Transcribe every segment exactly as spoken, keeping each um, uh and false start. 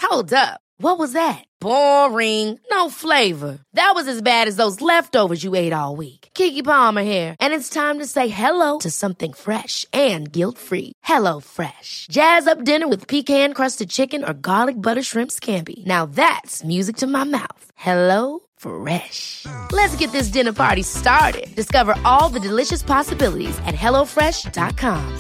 Hold up. What was that? Boring. No flavor. That was as bad as those leftovers you ate all week. Keke Palmer here, and it's time to say hello to something fresh and guilt-free. Hello Fresh. Jazz up dinner with pecan-crusted chicken or garlic butter shrimp scampi. Now that's music to my mouth. Hello Fresh. Let's get this dinner party started. Discover all the delicious possibilities at hello fresh dot com.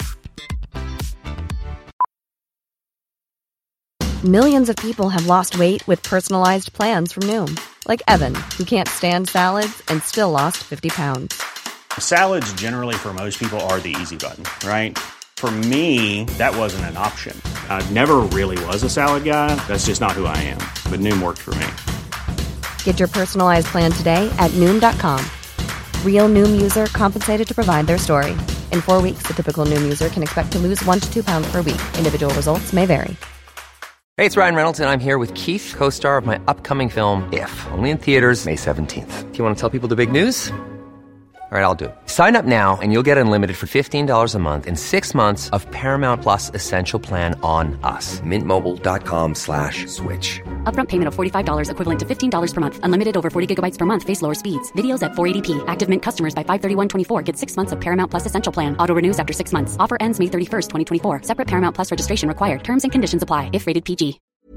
Millions of people have lost weight with personalized plans from Noom. Like Evan, who can't stand salads and still lost fifty pounds. Salads generally for most people are the easy button, right? For me, that wasn't an option. I never really was a salad guy. That's just not who I am. But Noom worked for me. Get your personalized plan today at Noom dot com. Real Noom user compensated to provide their story. In four weeks, the typical Noom user can expect to lose one to two pounds per week. Individual results may vary. Hey, it's Ryan Reynolds, and I'm here with Keith, co-star of my upcoming film, If, only in theaters May seventeenth. Do you want to tell people the big news? All right, I'll do it. Sign up now and you'll get unlimited for fifteen dollars a month and six months of Paramount Plus Essential Plan on us. Mint Mobile dot com slash switch. Upfront payment of forty-five dollars equivalent to fifteen dollars per month. Unlimited over forty gigabytes per month. Face lower speeds. Videos at four eighty p. Active Mint customers by five thirty-one twenty-four get six months of Paramount Plus Essential Plan. Auto renews after six months. Offer ends May thirty-first, twenty twenty-four. Separate Paramount Plus registration required. Terms and conditions apply if rated P G.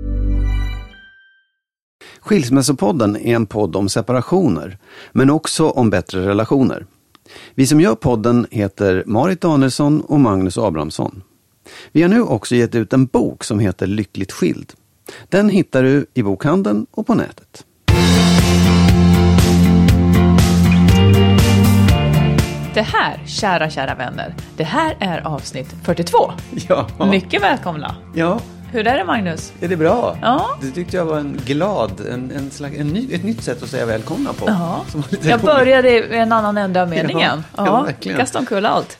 Skilsmässopodden är en podd om separationer, men också om bättre relationer. Vi som gör podden heter Marit Danielsson och Magnus Abrahamsson. Vi har nu också gett ut en bok som heter Lyckligt skild. Den hittar du i bokhandeln och på nätet. Det här, kära, kära vänner, det här är avsnitt fyrtiotvå. Ja. Mycket välkomna. Ja. Hur är det, Magnus? Är det bra? Ja. Det tyckte jag var en glad, en, en slags, en ny, ett nytt sätt att säga välkomna på. Ja. Jag började i en annan ände av meningen. Ja, ja, verkligen. Kasta omkull allt.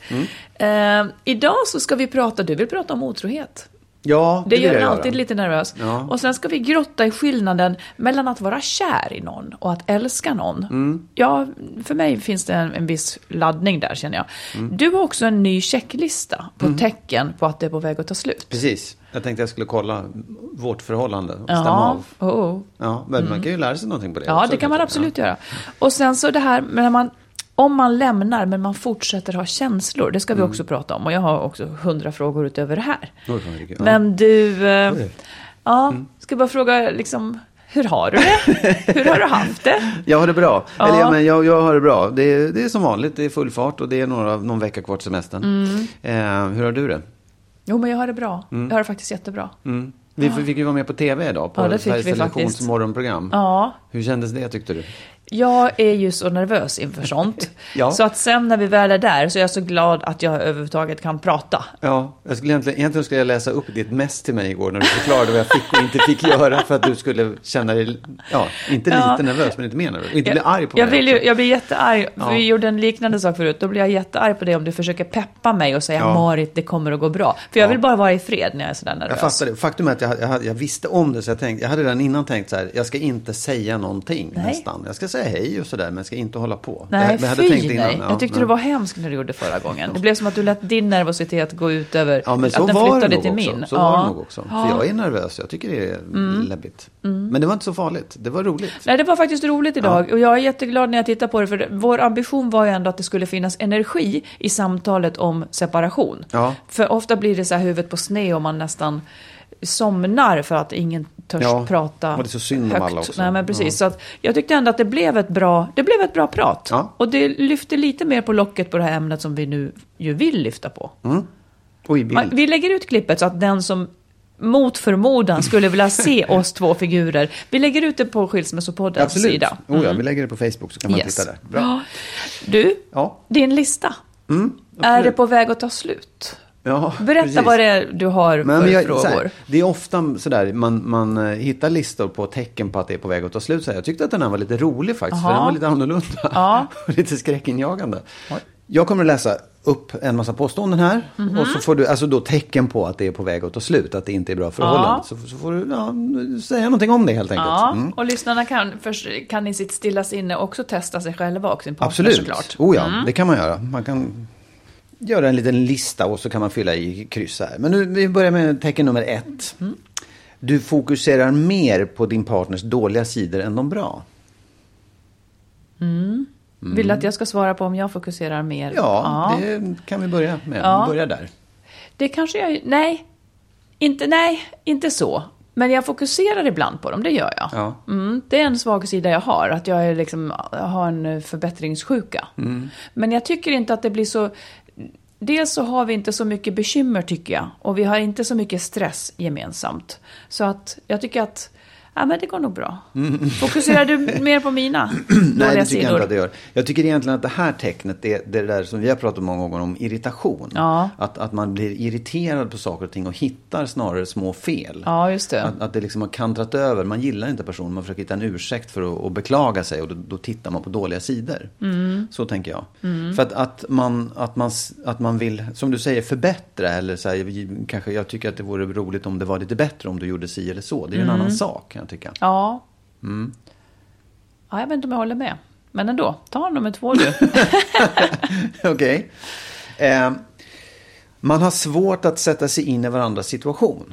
Mm. Uh, idag så ska vi prata, du vill prata om otrohet. Ja, det, det gör jag alltid göra. lite nervös. Ja. Och sen ska vi grotta i skillnaden mellan att vara kär i någon och att älska någon. Mm. Ja, för mig finns det en, en viss laddning där, känner jag. Mm. Du har också en ny checklista på mm. tecken på att det är på väg att ta slut. Precis. Jag tänkte jag skulle kolla vårt förhållande och ja. stämma av. Oh. Ja, men mm. man kan ju lära sig någonting på det. Ja, också, det kan man absolut ja. göra. Och sen så det här, när man, om man lämnar men man fortsätter ha känslor, det ska vi mm. också prata om. Och jag har också hundra frågor utöver det här. Oh, ja. Men du, eh, ja, mm. ska bara fråga liksom, hur har du det? Hur har du haft det? Jag har det bra. Ja. Eller ja, men jag, jag har det bra. Det är, det är som vanligt, det är full fart och det är några, någon vecka kvar till semestern. Mm. Eh, hur har du det? Jo, men jag har det bra. Mm. Jag har det faktiskt jättebra. Mm. Vi ja. fick ju vara med på tv idag på ja, det fick Sveriges vi Televisions faktiskt. morgonprogram. Ja. Hur kändes det, tyckte du? Jag är ju så nervös inför sånt. ja. Så att sen när vi väl är där så är jag så glad att jag överhuvudtaget kan prata. Ja, jag skulle egentligen, egentligen skulle jag läsa upp ditt mess till mig igår när du förklarade vad jag fick och inte fick göra för att du skulle känna dig, ja, inte lite ja. nervös men inte mer nervös. Och inte jag, bli arg på jag mig. Vill ju, jag blir jättearg. Ja. Vi gjorde en liknande sak förut. Då blir jag jättearg på det om du försöker peppa mig och säga ja. Marit, det kommer att gå bra. För jag ja. vill bara vara i fred när jag är sådär nervös. Jag fattar det. Faktum är att jag, jag, jag visste om det så jag tänkte, jag hade redan innan tänkt så här, jag ska inte säga någonting nej. nästan. Jag ska säga hej och sådär, men jag ska inte hålla på. Nej, jag, jag fy hade tänkt innan, nej. ja, jag tyckte men... det var hemskt när du gjorde förra gången. Det blev som att du lät din nervositet gå ut över ja, men så att den var flyttade det till också. min. Så ja. var det nog också. Ja. För jag är nervös, jag tycker det är mm. läbbigt. Mm. Men det var inte så farligt, det var roligt. Nej, det var faktiskt roligt idag. Ja. Och jag är jätteglad när jag tittar på det. För vår ambition var ju ändå att det skulle finnas energi i samtalet om separation. Ja. För ofta blir det så här huvudet på sned och man nästan somnar för att ingen törs ja, prata och det är så synd om alla också. Nej, men precis. Ja. Så att jag tyckte ändå att det blev ett bra, det blev ett bra prat. Ja. Och det lyfte lite mer på locket på det här ämnet som vi nu ju vill lyfta på. Mm. Oj, vill. Vi lägger ut klippet så att den som mot förmodan skulle vilja se oss två figurer. Vi lägger ut det på Skilsmässopoddens Absolut. sida. Mm. Oh ja, vi lägger det på Facebook så kan man yes. titta där. Bra. Du, ja. din lista. Mm, är det på väg att ta slut? Ja, berätta precis. Vad det är du har men för jag, frågor. Här, det är ofta sådär, man, man hittar listor på tecken på att det är på väg att ta slut. Så jag tyckte att den här var lite rolig faktiskt, Aha. för den var lite annorlunda. Ja. lite skräckinjagande. Oj. Jag kommer att läsa upp en massa påståenden här. Mm-hmm. Och så får du, alltså då tecken på att det är på väg att ta slut, att det inte är bra förhållande. Ja. Så, så får du ja, säga någonting om det helt enkelt. Ja, mm. och lyssnarna kan, först, kan i sitt stilla sinne också testa sig själva och sin partner. Absolut, såklart. Oh ja, mm. det kan man göra. Man kan göra en liten lista och så kan man fylla i kryss här. Men nu vi börjar med tecken nummer ett. Mm. Du fokuserar mer på din partners dåliga sidor än de bra. Mm. Mm. Vill att jag ska svara på om jag fokuserar mer? Ja, ja. Det kan vi börja med. Ja. Vi börjar där. Det kanske jag... Nej, inte, nej, inte så. Men jag fokuserar ibland på dem, det gör jag. Ja. Mm, det är en svag sida jag har, att jag är liksom, har en förbättringssjuka. Mm. Men jag tycker inte att det blir så... Dels så har vi inte så mycket bekymmer, tycker jag. Och vi har inte så mycket stress gemensamt. Så att jag tycker att... Ja, men det går nog bra. Mm. Fokuserar du mer på mina? Nej, det tycker jag inte att det gör. Jag tycker egentligen att det här tecknet, det, det där som vi har pratat många gånger om, irritation. Ja. Att, att man blir irriterad på saker och ting och hittar snarare små fel. Ja, just det. Att, att det liksom har kantrat över. Man gillar inte personen, man försöker hitta en ursäkt för att, att beklaga sig och då, då tittar man på dåliga sidor. Mm. Så tänker jag. Mm. För att, att, man, att, man, att man vill, som du säger, förbättra eller så här, kanske jag tycker att det vore roligt om det var lite bättre om du gjorde si eller så. Det är ju mm. en annan sak, kan jag tycka. Ja. Mm. Ja, jag vet inte om jag håller med. Men ändå, ta nummer två du. Okej. Okay. Eh, man har svårt att sätta sig in i varandras situation.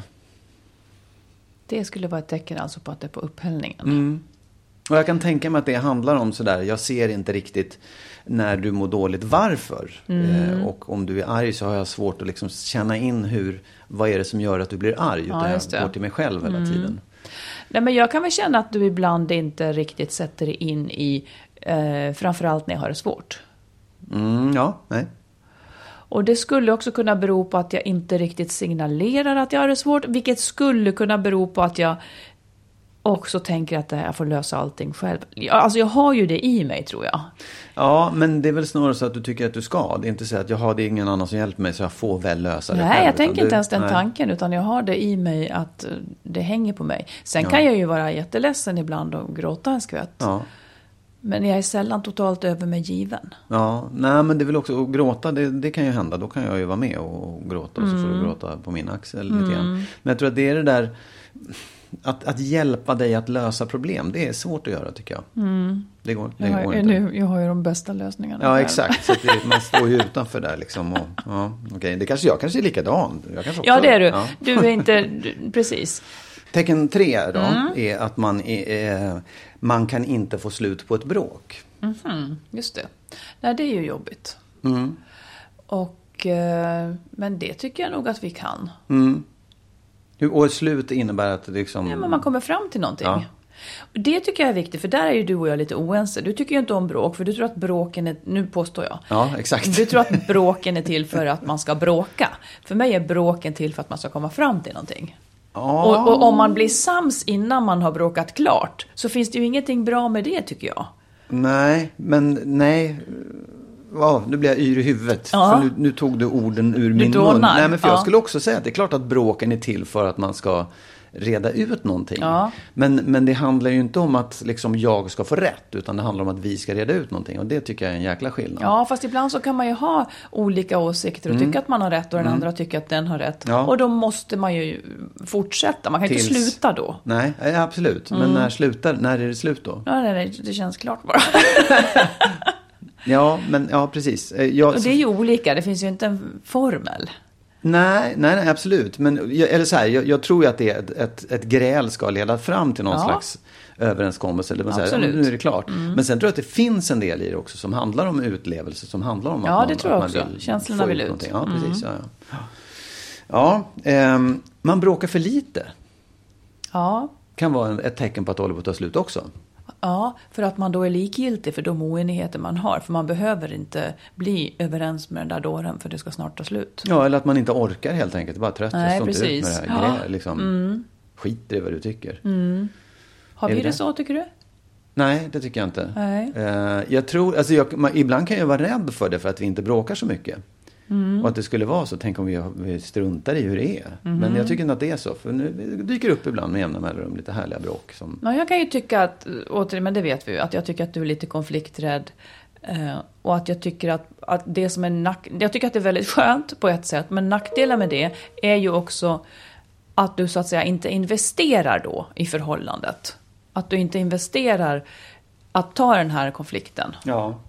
Det skulle vara ett tecken alltså på att det är på upphällningen. Mm. Och jag kan tänka mig att det handlar om sådär, jag ser inte riktigt när du mår dåligt varför. Mm. Eh, och om du är arg så har jag svårt att liksom känna in hur, vad är det som gör att du blir arg. Utan ja, jag går till mig själv hela mm. tiden. Nej, men jag kan väl känna att du ibland inte riktigt sätter dig in i, eh, framförallt när jag har det svårt. Mm, ja, nej. Och det skulle också kunna bero på att jag inte riktigt signalerar att jag har det svårt. Vilket skulle kunna bero på att jag också tänker att jag får lösa allting själv. Alltså jag har ju det i mig, tror jag. Ja, men det är väl snarare så att du tycker att du ska. Det är inte så att jag har det ingen annan som hjälper mig så jag får väl lösa det nej, själv. Nej, jag tänker du, inte ens den nej. tanken, utan jag har det i mig att det hänger på mig. Sen ja. kan jag ju vara jätteledsen ibland och gråta en skvätt. Ja. Men jag är sällan totalt över mig given. Ja, nej men det är väl också att gråta, det, det kan ju hända. Då kan jag ju vara med och gråta och så får du gråta på min axel lite grann. Mm. Men jag tror att det är det där... Att, att hjälpa dig att lösa problem, det är svårt att göra tycker jag. Mm. Det går, det jag, har, går inte. Nu, jag har ju de bästa lösningarna. Ja, här. exakt. Så att det, man står ju utanför där liksom. Och, ja, okay. Det kanske jag kanske är likadan. Jag kanske också, ja, det är du. Ja. Du är inte, du, precis. Tecken tre då mm. är att man, är, eh, man kan inte få slut på ett bråk. Mm-hmm. Just det. Nej, det är ju jobbigt. Mm. Och, eh, men det tycker jag nog att vi kan. Mm. Och ett slut innebär att det liksom... Ja, men man kommer fram till någonting. Ja. Det tycker jag är viktigt, för där är ju du och jag lite oense. Du tycker ju inte om bråk, för du tror att bråken är... Nu påstår jag. Ja, exakt. Du tror att bråken är till för att man ska bråka. För mig är bråken till för att man ska komma fram till någonting. Ja. Och, och om man blir sams innan man har bråkat klart, så finns det ju ingenting bra med det, tycker jag. Nej, men nej... Ja, nu blir jag yr i huvudet. Ja. För nu, nu tog du orden ur du min dånar. mun. Nej, men för ja. jag skulle också säga att det är klart att bråken är till för att man ska reda ut någonting. Ja. Men, men det handlar ju inte om att liksom jag ska få rätt, utan det handlar om att vi ska reda ut någonting. Och det tycker jag är en jäkla skillnad. Ja, fast ibland så kan man ju ha olika åsikter och mm. tycka att man har rätt och den mm. andra tycker att den har rätt. Ja. Och då måste man ju fortsätta. Man kan Tills... inte sluta då. Nej, absolut. Men mm. när, slutar, när är det slut då? Ja, nej, nej, det känns klart bara. Ja, men ja, precis. Jag, och det är ju olika, det finns ju inte en formel. Nej, nej, nej absolut. Men, eller så här, jag, jag tror ju att det är ett, ett, ett gräl ska leda fram till någon ja. slags överenskommelse. Eller man säger, ja, nu är det klart. Mm. Men sen tror jag att det finns en del i det också som handlar om utlevelse, som handlar om att ja, man, det tror jag att också. Man vill Känslorna vill ut. Någonting. Ja, precis. Mm. Ja, ja. ja eh, man bråkar för lite. Ja. Kan vara ett tecken på att det håller på att ta slut också. Ja, för att man då är likgiltig för de oenigheter man har. För man behöver inte bli överens med den där dåren för det ska snart ta slut. Ja, eller att man inte orkar helt enkelt. Bara trött. Nej, jag står precis. inte ut med det här. Ja. Liksom, mm. skit i vad du tycker. Mm. Har vi det, det så, tycker du? Nej, det tycker jag inte. Nej. Uh, jag tror, alltså jag, man, ibland kan jag vara rädd för det för att vi inte bråkar så mycket. Mm. Och att det skulle vara så. Tänk om vi, vi struntar i hur det är. Mm. Men jag tycker inte att det är så. För nu det dyker upp ibland med jämna mellanrum lite härliga bråk. Som... Ja, jag kan ju tycka att, återigen, men det vet vi ju, att jag tycker att du är lite konflikträdd. Eh, och att jag tycker att, att det som är nack... Jag tycker att det är väldigt skönt på ett sätt. Men nackdelen med det är ju också att du så att säga inte investerar då i förhållandet. Att du inte investerar att ta den här konflikten. Ja.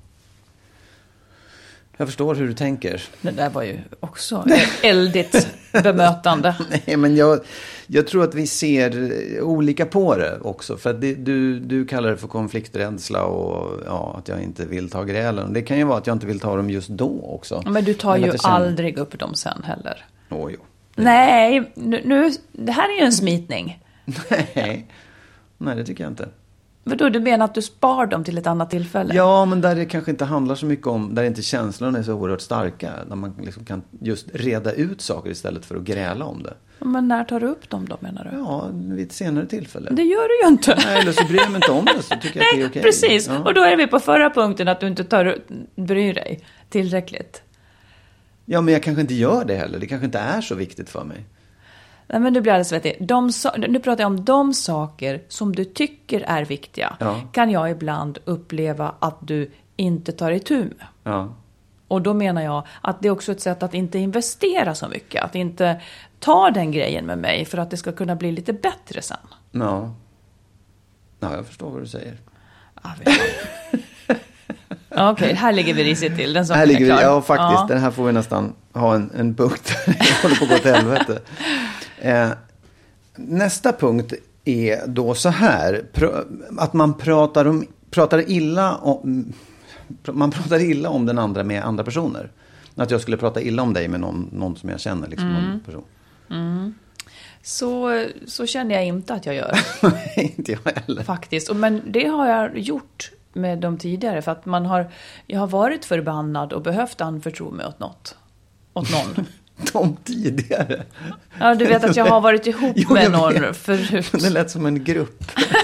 Jag förstår hur du tänker. Det där var ju också eldigt bemötande. Nej, men jag, Jag tror att vi ser olika på det också. För att det, du, du kallar det för konflikträdsla och ja, att jag inte vill ta grälen. Det kan ju vara att jag inte vill ta dem just då också. Men du tar Men ju känner... aldrig upp dem sen heller. Åh, jo. Nej, nu, nu, det här är ju en smitning. Nej. Nej, det tycker jag inte. Vadå, du menar att du spar dem till ett annat tillfälle? Ja, men där det kanske inte handlar så mycket om, där inte känslorna är så oerhört starka. Där man liksom kan just reda ut saker istället för att gräla om det. Men när tar du upp dem då, menar du? Ja, vid ett senare tillfälle. Det gör du ju inte. Nej, eller så bryr jag mig inte om det, så tycker jag att det är okej. Precis, ja. Och då är vi på förra punkten att du inte tar, bryr dig tillräckligt. Ja, men jag kanske inte gör det heller. Det kanske inte är så viktigt för mig. Nej, men du blir alldeles vettig. De, nu pratar jag om de saker som du tycker är viktiga. Ja. Kan jag ibland uppleva att du inte tar itu med. Ja. Och då menar jag att det är också ett sätt att inte investera så mycket. Att inte ta den grejen med mig för att det ska kunna bli lite bättre sen. Ja. Ja, jag förstår vad du säger. Ja, Okej, okay, här ligger vi risigt till. Den här ligger vi, klar. ja, faktiskt. Ja. Den här får vi nästan ha en, en punkt. Jag håller på att gå till helvete. Eh, nästa punkt är då så här. Pr- att man pratar, om, pratar illa om... Man pratar illa om den andra med andra personer. Att jag skulle prata illa om dig med någon, någon som jag känner. Liksom, mm. någon person. Mm. Så, så känner jag inte att jag gör. Inte jag heller. Faktiskt. Men det har jag gjort med dem tidigare. För att man har, jag har varit förbannad och behövt anförtro mig åt något. Åt någon. De tidigare? Ja, du vet att jag har varit ihop jo, med någon vet. förut. Det lät som en grupp.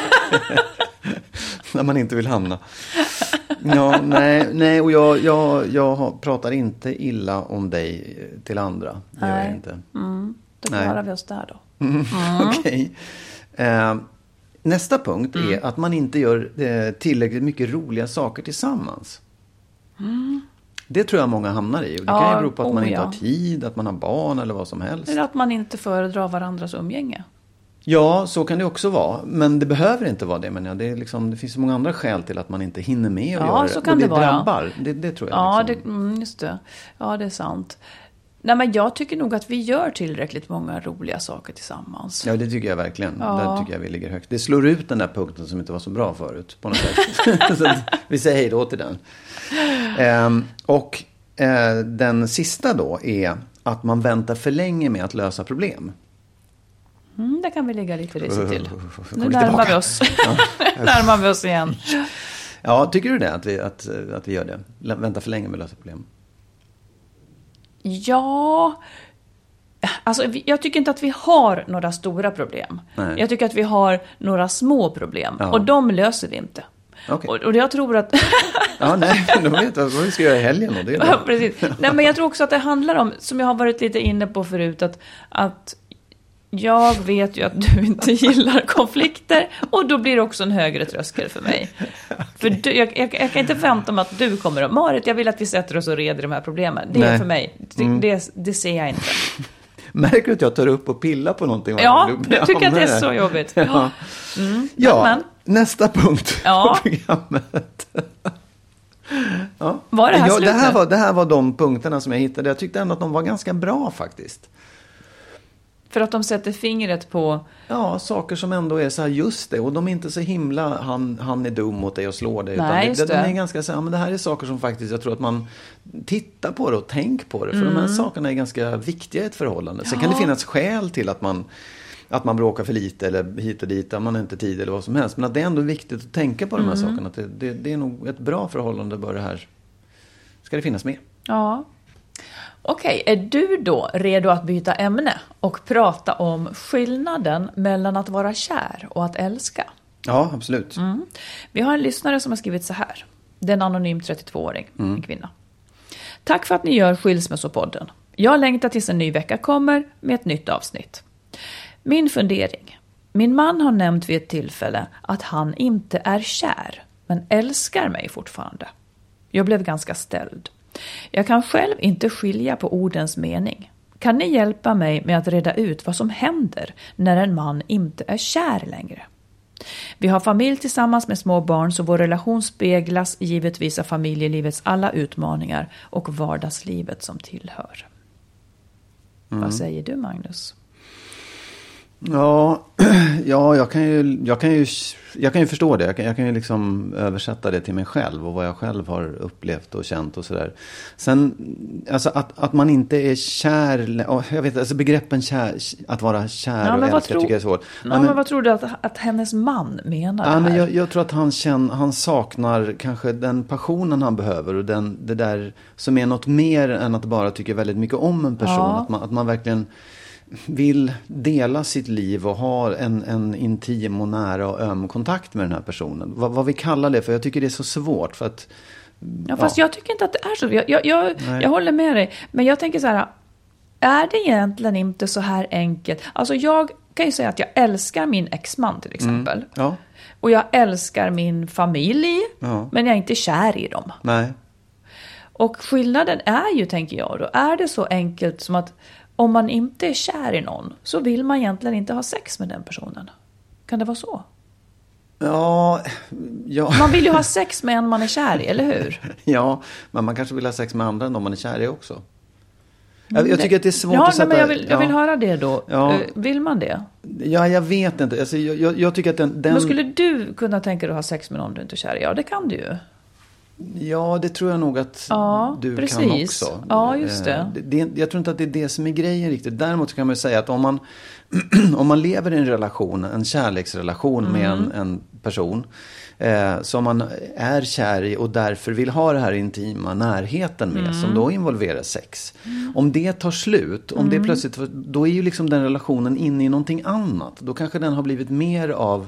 När man inte vill hamna. Ja, nej, nej och jag, jag, jag pratar inte illa om dig till andra. Det gör jag inte. Mm. Då klarar vi oss där då. Mm. Mm. Okej. Okay. Eh, nästa punkt mm. är att man inte gör eh, tillräckligt mycket roliga saker tillsammans. Mm. Det tror jag många hamnar i. Och det ja, kan ju bero på att oh, man inte ja. har tid, att man har barn eller vad som helst. Eller att man inte föredrar varandras umgänge. Ja, så kan det också vara. Men det behöver inte vara det. Men ja, det, är liksom, det finns så många andra skäl till att man inte hinner med att ja, göra så det. kan och det, det vara. drabbar. Det, det tror jag. Ja, liksom. det, just det. Ja, det är sant. Nej, men jag tycker nog att vi gör tillräckligt många roliga saker tillsammans. Ja, det tycker jag verkligen. Ja. Där tycker jag vi ligger högt. Det slår ut den där punkten som inte var så bra förut. På något sätt. Så vi säger hej då till den. Ehm, och eh, den sista då är att man väntar för länge med att lösa problem. Mm, där kan vi ligga lite risigt till. Nu närmar närmar vi oss. Ja. närmar vi oss igen. Ja, tycker du det? Att vi, att, att vi gör det? Vänta för länge med att lösa problem? Ja, alltså jag tycker inte att vi har några stora problem. Nej. Jag tycker att vi har några små problem. Ja. Och de löser vi inte. Okay. Och, och jag tror att... ja, nej, de vet vad vi ska göra i helgen. Och det är ja, precis. Nej, men jag tror också att det handlar om, som jag har varit lite inne på förut, att, att jag vet ju att du inte gillar konflikter. Och då blir det också en högre tröskel för mig. Okay. För du, jag, jag, jag kan inte vänta om att du kommer. Marit, jag vill att vi sätter oss och reder de här problemen. Det nej. är för mig. Det, mm. det, det ser jag inte. Märker du att jag tar upp och pillar på någonting? Ja, jag tycker att det är så jobbigt. Ja, mm. ja men, nästa punkt ja. på programmet. ja. Var det här ja, slutet? Det här, var, det här var de punkterna som jag hittade. Jag tyckte ändå att de var ganska bra faktiskt. För att de sätter fingret på... Ja, saker som ändå är så här, just det. Och de är inte så himla, han, han är dum mot dig och slår dig. Nej, utan det, de är ganska så här, men det här är saker som faktiskt, jag tror att man tittar på det och tänker på det. För mm. de här sakerna är ganska viktiga i ett förhållande. Ja. Sen kan det finnas skäl till att man, att man bråkar för lite eller hit och dit, att man inte tid eller vad som helst. Men att det är ändå viktigt att tänka på de här mm. sakerna. Att det, det, det är nog ett bra förhållande, bör det här, ska det finnas med. Ja. Okej, är du då redo att byta ämne och prata om skillnaden mellan att vara kär och att älska? Ja, absolut. Mm. Vi har en lyssnare som har skrivit så här. Det är en anonym trettiotvååring, mm. en kvinna. Tack för att ni gör Skilsmässopodden. Jag längtar tills en ny vecka kommer med ett nytt avsnitt. Min fundering. Min man har nämnt vid ett tillfälle att han inte är kär, men älskar mig fortfarande. Jag blev ganska ställd. Jag kan själv inte skilja på ordens mening. Kan ni hjälpa mig med att reda ut vad som händer när en man inte är kär längre? Vi har familj tillsammans med små barn, så vår relation speglas givetvis av familjelivets alla utmaningar och vardagslivet som tillhör. Mm. Vad säger du, Magnus? Ja, ja jag, kan ju, jag, kan ju, jag kan ju förstå det. Jag kan, jag kan ju liksom översätta det till mig själv och vad jag själv har upplevt och känt och sådär. Sen, alltså att, att man inte är kär, jag vet alltså begreppen kär, att vara kär ja, och älska tycker jag är svårt. Ja, men, men vad tror du att, att hennes man menar? Ja, men jag, jag tror att han, känner, han saknar kanske den passionen han behöver och den, det där som är något mer än att bara tycka väldigt mycket om en person. Ja. Att, man, att man verkligen vill dela sitt liv och ha en, en intim och nära och öm kontakt med den här personen. Vad, vad vi kallar det, för jag tycker det är så svårt. För att, ja, fast ja. Jag tycker inte att det är så. Jag, jag, jag, jag håller med dig. Men jag tänker så här, är det egentligen inte så här enkelt? Alltså jag kan ju säga att jag älskar min exman till exempel. Mm. Ja. Och jag älskar min familj, ja. Men jag är inte kär i dem. Nej. Och skillnaden är ju, tänker jag, då är det så enkelt som att om man inte är kär i någon så vill man egentligen inte ha sex med den personen. Kan det vara så? Ja, ja. Man vill ju ha sex med en man är kär i, eller hur? Ja, men man kanske vill ha sex med andra än om man är kär i också. Jag, jag tycker att det är svårt ja, att sätta... Men jag vill, jag vill ja. höra det då. Ja. Vill man det? Ja, jag vet inte. Alltså, jag, jag, jag tycker att den, den... Men skulle du kunna tänka dig att ha sex med någon du inte är kär i? Ja, det kan du ju. Ja, det tror jag nog att ja, du precis. kan också. Ja, just det. Det, det. Jag tror inte att det är det som är grejen riktigt. Däremot kan man säga att om man, om man lever i en relation, en kärleksrelation mm. med en, en person eh, som man är kär i och därför vill ha det här intima närheten med, mm. som då involverar sex. Mm. Om det tar slut, om mm. det plötsligt, då är ju liksom den relationen inne i någonting annat. Då kanske den har blivit mer av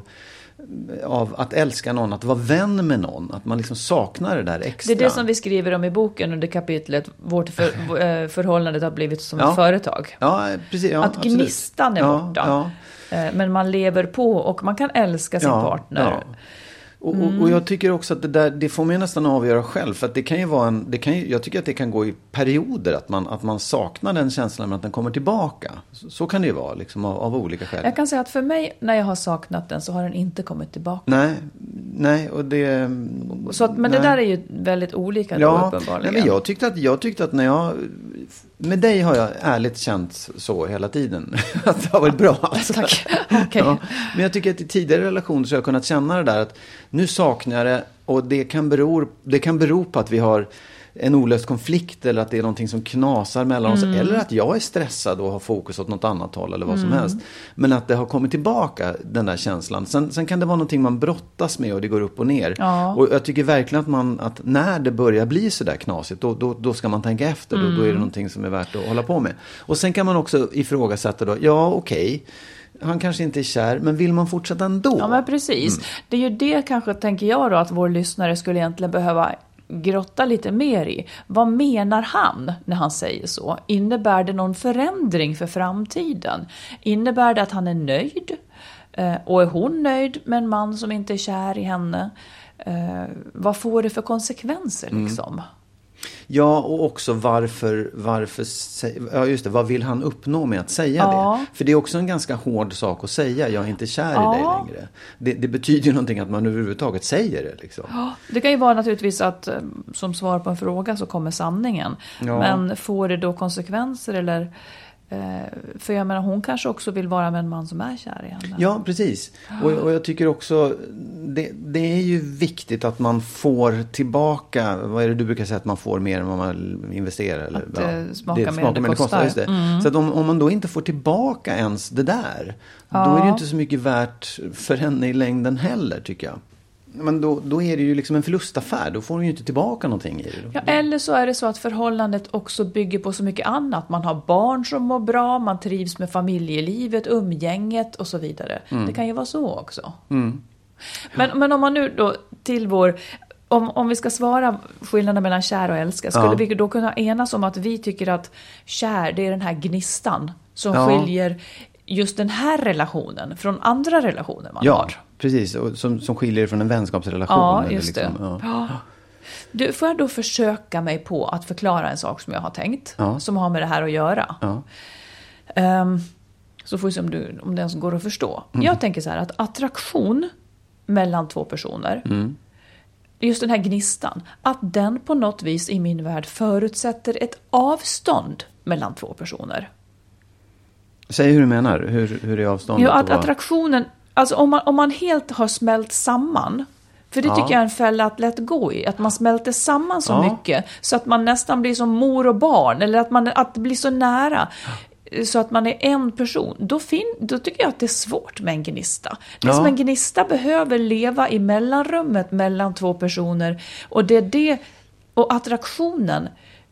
av att älska någon, att vara vän med någon, att man liksom saknar det där extra. Det är det som vi skriver om i boken under kapitlet vårt för, förhållandet har blivit som ja. ett företag. Ja, precis. Ja, att gnistan är ja, borta. Ja. Men man lever på och man kan älska sin ja, partner. Ja. Och, och, och jag tycker också att det där, det får man nästan avgöra själv. För att det kan ju vara en, det kan ju, jag tycker att det kan gå i perioder att man, att man saknar den känslan men att den kommer tillbaka. Så, så kan det ju vara liksom av, av olika skäl. Jag kan säga att för mig, när jag har saknat den så har den inte kommit tillbaka. Nej, nej och det... Så att, men nej. Det där är ju väldigt olika ja, då uppenbarligen. Nej, men jag tyckte att, jag tyckte att när jag... Med dig har jag ärligt känt så hela tiden. Att det har varit bra. Alltså. Tack. Okay. Ja, men jag tycker att i tidigare relationer så har jag kunnat känna det där att nu saknar jag det och det kan bero, det kan bero på att vi har en olöst konflikt eller att det är någonting som knasar mellan oss mm. eller att jag är stressad och har fokus åt något annat håll eller vad mm. som helst. Men att det har kommit tillbaka den där känslan. Sen, sen kan det vara någonting man brottas med och det går upp och ner. Ja. Och jag tycker verkligen att man att när det börjar bli så där knasigt då, då, då ska man tänka efter. Mm. Då, då är det någonting som är värt att hålla på med. Och sen kan man också ifrågasätta då, ja okej. Okay. Han kanske inte är kär, men vill man fortsätta ändå? Ja, men precis. Mm. Det är ju det kanske, tänker jag då, att vår lyssnare skulle egentligen behöva grotta lite mer i. Vad menar han när han säger så? Innebär det någon förändring för framtiden? Innebär det att han är nöjd? Eh, och är hon nöjd med en man som inte är kär i henne? Eh, vad får det för konsekvenser liksom? Mm. Ja, och också varför, varför ja just det, vad vill han uppnå med att säga ja. det? För det är också en ganska hård sak att säga, jag är inte kär ja. i dig längre. Det, det betyder ju någonting att man överhuvudtaget säger det. Liksom. Ja, det kan ju vara naturligtvis att som svar på en fråga så kommer sanningen. Ja. Men får det då konsekvenser eller... För jag menar, hon kanske också vill vara med en man som är kär i henne. Ja, precis. Och, och jag tycker också det, det är ju viktigt att man får tillbaka, vad är det du brukar säga att man får mer än vad man investerar? Eller, att ja, smaka det mer smakar än det kostar. Just det. Mm. Så att om, om man då inte får tillbaka ens det där, ja. då är det ju inte så mycket värt för henne i längden heller, tycker jag. Men då, då är det ju liksom en förlustaffär. Då får hon ju inte tillbaka någonting i det. Ja, eller så är det så att förhållandet också bygger på så mycket annat. Man har barn som mår bra, man trivs med familjelivet, umgänget och så vidare. Mm. Det kan ju vara så också. Mm. Ja. Men, men om man nu då till vår... Om, om vi ska svara skillnaden mellan kär och älska, skulle ja. vi då kunna enas om att vi tycker att kär, det är den här gnistan som ja. skiljer just den här relationen från andra relationer man ja. har. Precis, och som, som skiljer från en vänskapsrelation. Ja, eller just liksom, det. Ja. Ja. Du, får jag då försöka mig på att förklara en sak som jag har tänkt, ja. som har med det här att göra. Ja. Um, så får vi se om, du, om den som går att förstå. Mm. Jag tänker så här att attraktion mellan två personer, mm. just den här gnistan, att den på något vis i min värld förutsätter ett avstånd mellan två personer. Säg hur du menar, hur, hur är avståndet? Jo, att attraktionen, alltså om man, om man helt har smält samman, för det ja. tycker jag är en fälla att lätt gå i, att man smälter samman så ja. mycket så att man nästan blir som mor och barn, eller att, man, att det blir så nära så att man är en person, då, fin, då tycker jag att det är svårt med en gnista. Det är ja. som en gnista behöver leva i mellanrummet mellan två personer, och det är det, och attraktionen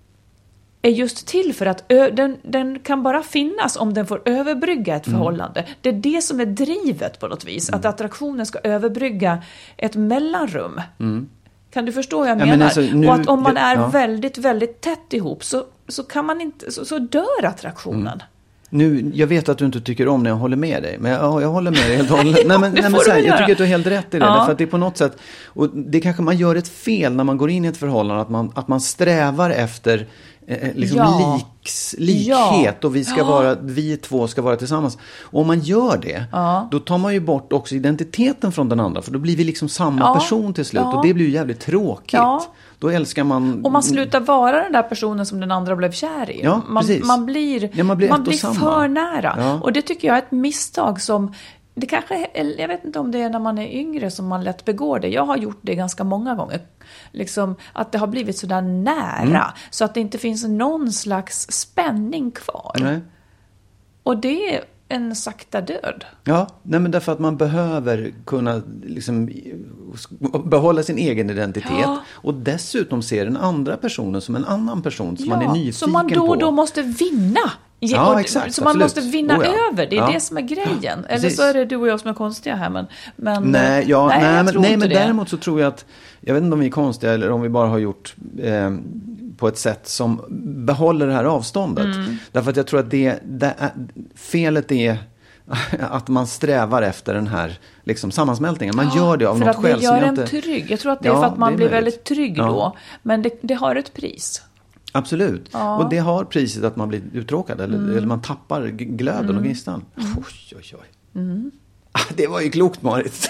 är just till för att ö, den, den kan bara finnas om den får överbrygga ett förhållande. Mm. Det är det som är drivet på något vis. Mm. Att attraktionen ska överbrygga ett mellanrum. Mm. Kan du förstå vad jag ja, menar? Men alltså, nu, och att om man är ja. väldigt, väldigt tätt ihop så, så kan man inte, så, så dör attraktionen. Mm. Nu, jag vet att du inte tycker om när jag håller med dig. Men jag, jag håller med dig helt och hållet. nej, men, nej, men så här, jag tycker att du har helt rätt i det. Ja. För att det är på något sätt, och det kanske man gör ett fel när man går in i ett förhållande. Att man, att man strävar efter eh, liksom ja. liks, likhet. Ja. Och vi, ska ja. vara, vi två ska vara tillsammans. Och om man gör det, ja. då tar man ju bort också identiteten från den andra. För då blir vi liksom samma ja. person till slut. Ja. Och det blir ju jävligt tråkigt. Ja. Då älskar man... Och man slutar vara den där personen som den andra blev kär i. Ja, man, man blir, ja, man blir, man blir för nära. Ja. Och det tycker jag är ett misstag som... Det kanske, jag vet inte om det är när man är yngre som man lätt begår det. Jag har gjort det ganska många gånger. Liksom att det har blivit så där nära. Mm. Så att det inte finns någon slags spänning kvar. Nej. Och det är en sakta död. Ja, nej, men därför att man behöver kunna liksom behålla sin egen identitet. Ja. Och dessutom se den andra personen som en annan person som ja, man är nyfiken på. Så man då och då måste vinna. Ja, exakt, så man absolut. måste vinna oh, ja. över. Det är ja. det som är grejen. Ja, eller så är det du och jag som är konstiga här. Men, men, nej, ja, nej, nej, men, nej men det. däremot så tror jag att, jag vet inte om vi är konstiga eller om vi bara har gjort eh, på ett sätt som behåller det här avståndet. Mm. Därför att jag tror att det, det är, felet är att man strävar efter den här liksom, sammansmältningen. Man ja, gör det av något skäl. För att det gör en inte... trygg. Jag tror att det ja, är för att man blir möjligt. väldigt trygg ja. då. Men det, det har ett pris. Absolut. Ja. Och det har priset att man blir uttråkad. Eller, mm. eller man tappar glöden mm. och gnistan. Mm. Oj, oj, oj. Mm. Det var ju klokt, Marit.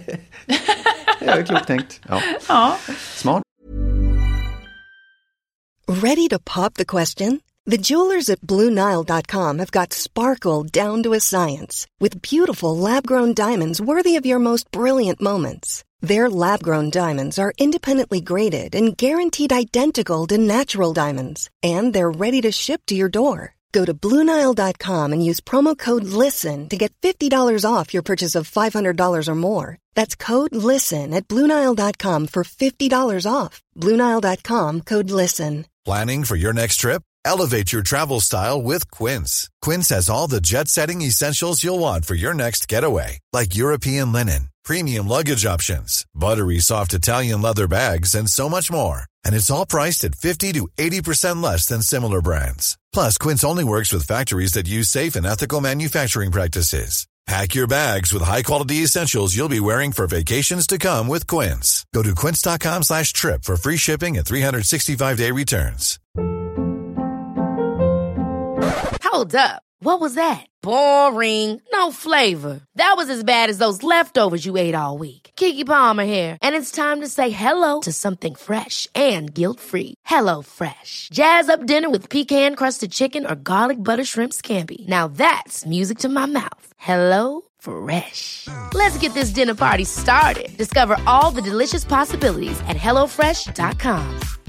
Det var ju klokt tänkt. Ja. Ja. Smart. Ready to pop the question? The jewelers at Blue Nile dot com have got sparkle down to a science with beautiful lab-grown diamonds worthy of your most brilliant moments. Their lab-grown diamonds are independently graded and guaranteed identical to natural diamonds, and they're ready to ship to your door. Go to Blue Nile dot com and use promo code LISTEN to get fifty dollars off your purchase of five hundred dollars or more. That's code LISTEN at Blue Nile dot com for fifty dollars off. Blue Nile dot com, code LISTEN. Planning for your next trip? Elevate your travel style with Quince. Quince has all the jet-setting essentials you'll want for your next getaway, like European linen, premium luggage options, buttery soft Italian leather bags, and so much more. And it's all priced at fifty to eighty percent less than similar brands. Plus, Quince only works with factories that use safe and ethical manufacturing practices. Pack your bags with high-quality essentials you'll be wearing for vacations to come with Quince. Go to quince dot com slash trip for free shipping and three sixty-five day returns. Hold up. What was that? Boring. No flavor. That was as bad as those leftovers you ate all week. Keke Palmer here, and it's time to say hello to something fresh and guilt-free. Hello Fresh. Jazz up dinner with pecan-crusted chicken or garlic butter shrimp scampi. Now that's music to my mouth. Hello Fresh. Let's get this dinner party started. Discover all the delicious possibilities at hello fresh dot com.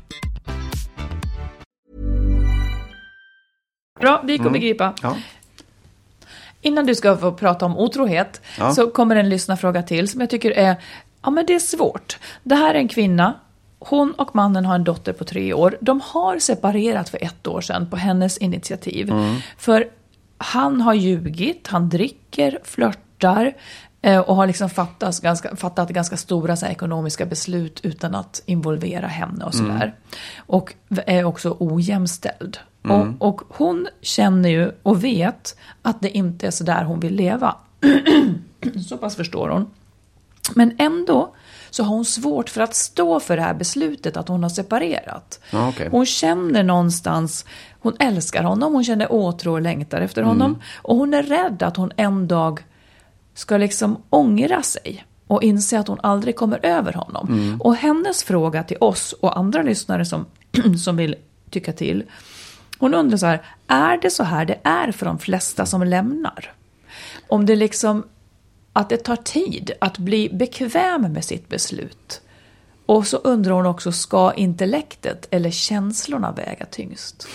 Bra, det gick att begripa. Mm. Ja. Innan du ska få prata om otrohet ja. så kommer en lyssnarfråga till som jag tycker är, ja men det är svårt. Det här är en kvinna, hon och mannen har en dotter på tre år. De har separerat för ett år sedan på hennes initiativ. Mm. För han har ljugit, han dricker, flörtar och har liksom fattat ganska, fattat ganska stora så här, ekonomiska beslut utan att involvera henne och sådär. Mm. Och är också ojämställd. Mm. Och, och hon känner ju och vet att det inte är så där hon vill leva. Så pass förstår hon. Men ändå så har hon svårt för att stå för det här beslutet att hon har separerat. Ah, okay. Hon känner någonstans, hon älskar honom, hon känner åtrå och längtar efter honom. Mm. Och hon är rädd att hon en dag ska liksom ångra sig och inse att hon aldrig kommer över honom. Mm. Och hennes fråga till oss och andra lyssnare som, som vill tycka till. Hon undrar så här, är det så här det är för de flesta som lämnar? Om det liksom, att det tar tid att bli bekväm med sitt beslut. Och så undrar hon också, ska intellektet eller känslorna väga tyngst?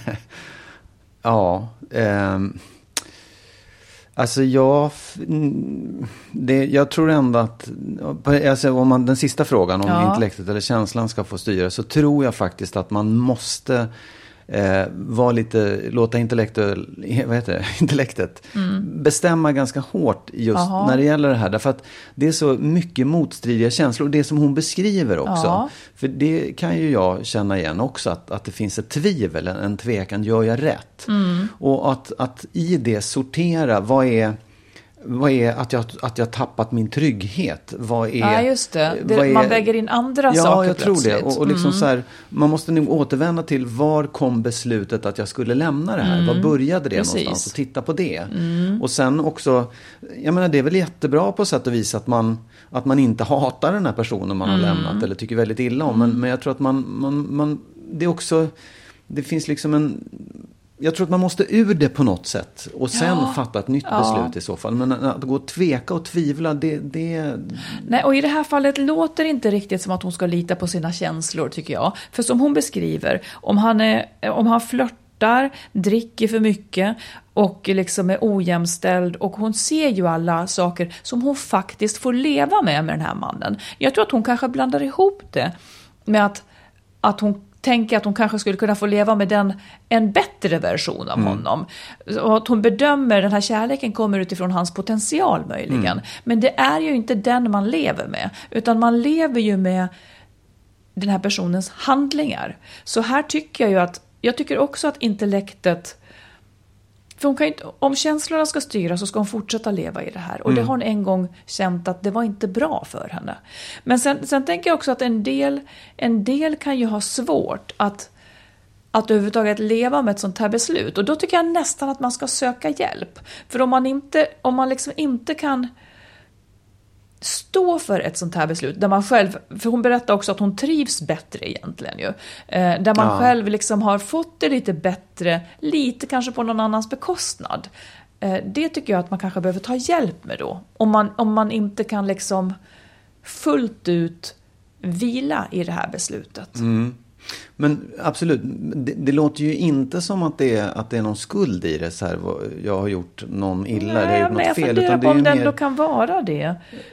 ja, eh, alltså jag, det, jag tror ändå att, alltså om man, den sista frågan om ja. intellektet eller känslan ska få styra, så tror jag faktiskt att man måste Eh, var lite, låta intellektet, vad heter det? intellektet mm. bestämma ganska hårt just Aha. när det gäller det här. Därför att det är så mycket motstridiga känslor. Det som hon beskriver också. Ja. För det kan ju jag känna igen också. Att, att det finns ett tvivel, en tvekan. Gör jag rätt? Mm. Och att, att i det sortera, vad är... Vad är att jag, att jag tappat min trygghet? Vad är, ja, just det. det är, man väger in andra ja, saker jag plötsligt. tror det. Och, och liksom mm. så här, man måste nog återvända till var kom beslutet att jag skulle lämna det här? Mm. Var började det Precis. någonstans? Och titta på det. Mm. Och sen också, jag menar, det är väl jättebra på sätt och vis att man, att man inte hatar den här personen man mm. har lämnat eller tycker väldigt illa om. Mm. Men, men jag tror att man, man, man, det är också, det finns liksom en... Jag tror att man måste ur det på något sätt. Och sen ja. fatta ett nytt ja. beslut i så fall. Men att gå och tveka och tvivla, det, det... Nej, och i det här fallet låter det inte riktigt som att hon ska lita på sina känslor, tycker jag. För som hon beskriver, om han, är, om han flörtar, dricker för mycket och liksom är ojämställd, och hon ser ju alla saker som hon faktiskt får leva med med den här mannen. Jag tror att hon kanske blandar ihop det med att, att hon tänker att hon kanske skulle kunna få leva med den, en bättre version av mm. honom. Och att hon bedömer den här kärleken kommer utifrån hans potential möjligen. Mm. Men det är ju inte den man lever med. Utan man lever ju med den här personens handlingar. Så här tycker jag ju att, jag tycker också att intellektet, för hon kan inte, om känslorna ska styra så ska hon fortsätta leva i det här. Och mm. det har hon en gång känt att det var inte bra för henne. Men sen, sen tänker jag också att en del, en del kan ju ha svårt att, att överhuvudtaget leva med ett sånt här beslut. Och då tycker jag nästan att man ska söka hjälp. För om man inte, om man liksom inte kan stå för ett sånt här beslut där man själv, för hon berättar också att hon trivs bättre egentligen ju, eh, där man ja. själv liksom har fått det lite bättre, lite kanske på någon annans bekostnad, eh, det tycker jag att man kanske behöver ta hjälp med då, om man, om man inte kan liksom fullt ut vila i det här beslutet. Mm. Men absolut, det, det låter ju inte som att det, är, att det är någon skuld i det, så här, jag har gjort någon illa eller jag har gjort något fel. Nej, jag funderar på om det den då kan vara det.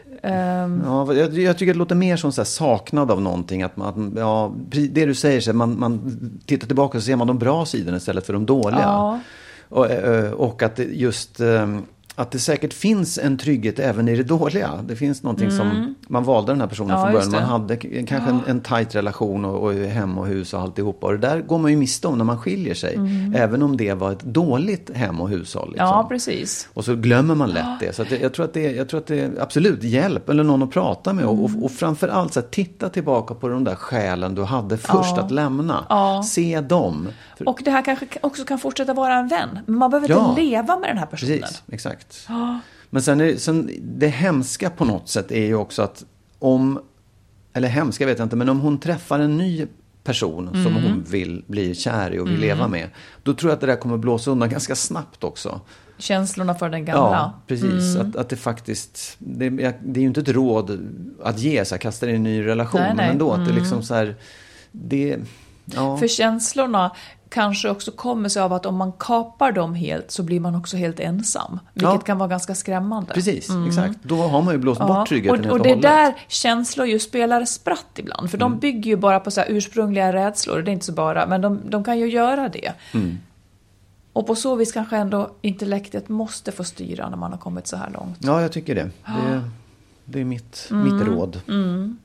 Um... Ja, jag, jag tycker det låter mer som så här saknad av någonting. Att man, ja, det du säger, så man, man tittar tillbaka och ser man de bra sidorna istället för de dåliga. Ja. Och, och att det just... Att det säkert finns en trygghet även i det dåliga. Det finns någonting mm. som... Man valde den här personen ja, från början. Man hade kanske ja. en, en tajt relation och, och hem och hus och alltihopa. Och det där går man ju miste om när man skiljer sig. Mm. Även om det var ett dåligt hem och hushåll. Liksom. Ja, precis. Och så glömmer man lätt ja. det. Så att det, jag, tror att det, jag tror att det är absolut hjälp. Eller någon att prata med. Mm. Och, och, och framförallt så här, titta tillbaka på de där skälen du hade först ja. att lämna. Ja. Se dem. För... Och det här kanske också kan fortsätta vara en vän. Men man behöver ja. inte leva med den här personen. Precis, exakt. Oh. Men sen, är, sen det hemska på något sätt är ju också att om, eller hemska vet jag inte, men om hon träffar en ny person mm. som hon vill bli kär i och vill mm. leva med, då tror jag att det där kommer blåsa undan ganska snabbt också. Känslorna för den gamla. Ja, precis. Mm. Att, att det faktiskt, det, det är ju inte ett råd att ge sig, kasta in en ny relation, nej, nej. men ändå att mm. det liksom så här, det... Ja. För känslorna kanske också kommer sig av att om man kapar dem helt så blir man också helt ensam. Vilket ja. kan vara ganska skrämmande. Precis, mm. exakt. Då har man ju blåst ja. bort tryggheten helt och, och det hållet. där känslor ju spelar spratt ibland. För mm. de bygger ju bara på så här ursprungliga rädslor. Det är inte så bara, men de, de kan ju göra det. Mm. Och på så vis kanske ändå intellektet måste få styra när man har kommit så här långt. Ja, jag tycker det. Det, det är mitt, mm. mitt råd. Mm.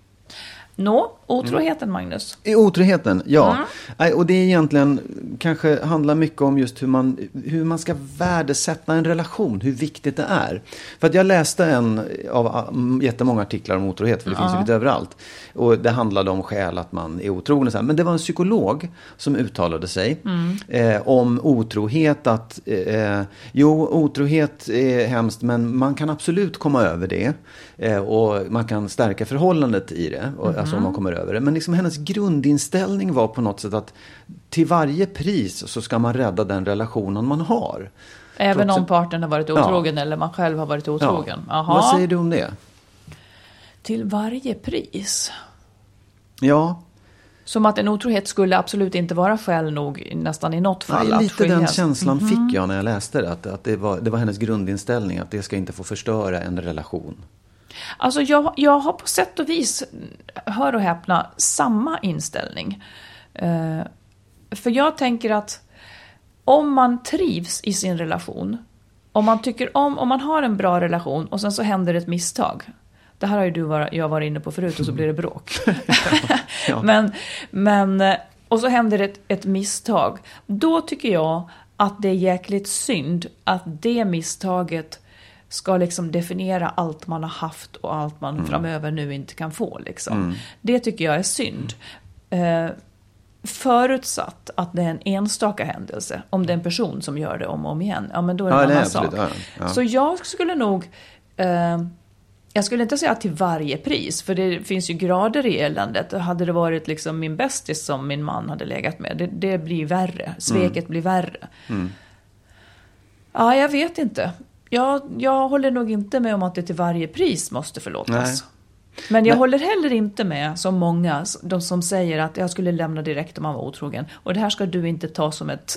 Nå, otroheten, Magnus. I otroheten, ja. Mm. Och det är egentligen, kanske handlar mycket om just hur man, hur man ska värdesätta en relation, hur viktigt det är. För att jag läste en av jättemånga artiklar om otrohet, för det ja. finns ju lite överallt. Och det handlade om skäl att man är otrogen och så här. Men det var en psykolog som uttalade sig mm. eh, om otrohet, att eh, jo, otrohet är hemskt, men man kan absolut komma över det. Eh, och man kan stärka förhållandet i det, och, mm. alltså om man kommer över det. Men liksom hennes grundinställning var på något sätt att till varje pris så ska man rädda den relationen man har. Även Trots om att... partnern har varit otrogen ja. eller man själv har varit otrogen. Ja. Vad säger du om det? Till varje pris? Ja. Som att en otrohet skulle absolut inte vara skäl nog nästan i något fall. Ja, att lite skiljas. den känslan mm-hmm. fick jag när jag läste det. Att, att det, var, det var hennes grundinställning. Att det ska inte få förstöra en relation. Alltså jag, jag har på sätt och vis, hör och häpna, samma inställning. Uh, för jag tänker att om man trivs i sin relation, om man tycker om, om man har en bra relation och sen så händer ett misstag. Det här har ju du var, jag varit inne på förut och så blir det bråk. ja, ja. Men, men, och så händer ett, ett misstag. Då tycker jag att det är jäkligt synd att det misstaget ska liksom definiera allt man har haft och allt man mm. framöver nu inte kan få. Liksom. Mm. Det tycker jag är synd. Eh, förutsatt att det är en enstaka händelse. Om det är en person som gör det om och om igen. Ja, men då är det ja, en annan nej, sak. Ja, ja. Så jag skulle nog... Eh, jag skulle inte säga till varje pris. För det finns ju grader i eländet. Hade det varit liksom min bästis som min man hade legat med. Det, det blir värre. Sveket mm. blir värre. Mm. Ja, jag vet inte. Jag, jag håller nog inte med om att det till varje pris måste förlåtas. Nej. Men jag Nej. håller heller inte med som många, de som säger att jag skulle lämna direkt om man var otrogen. Och det här ska du inte ta som ett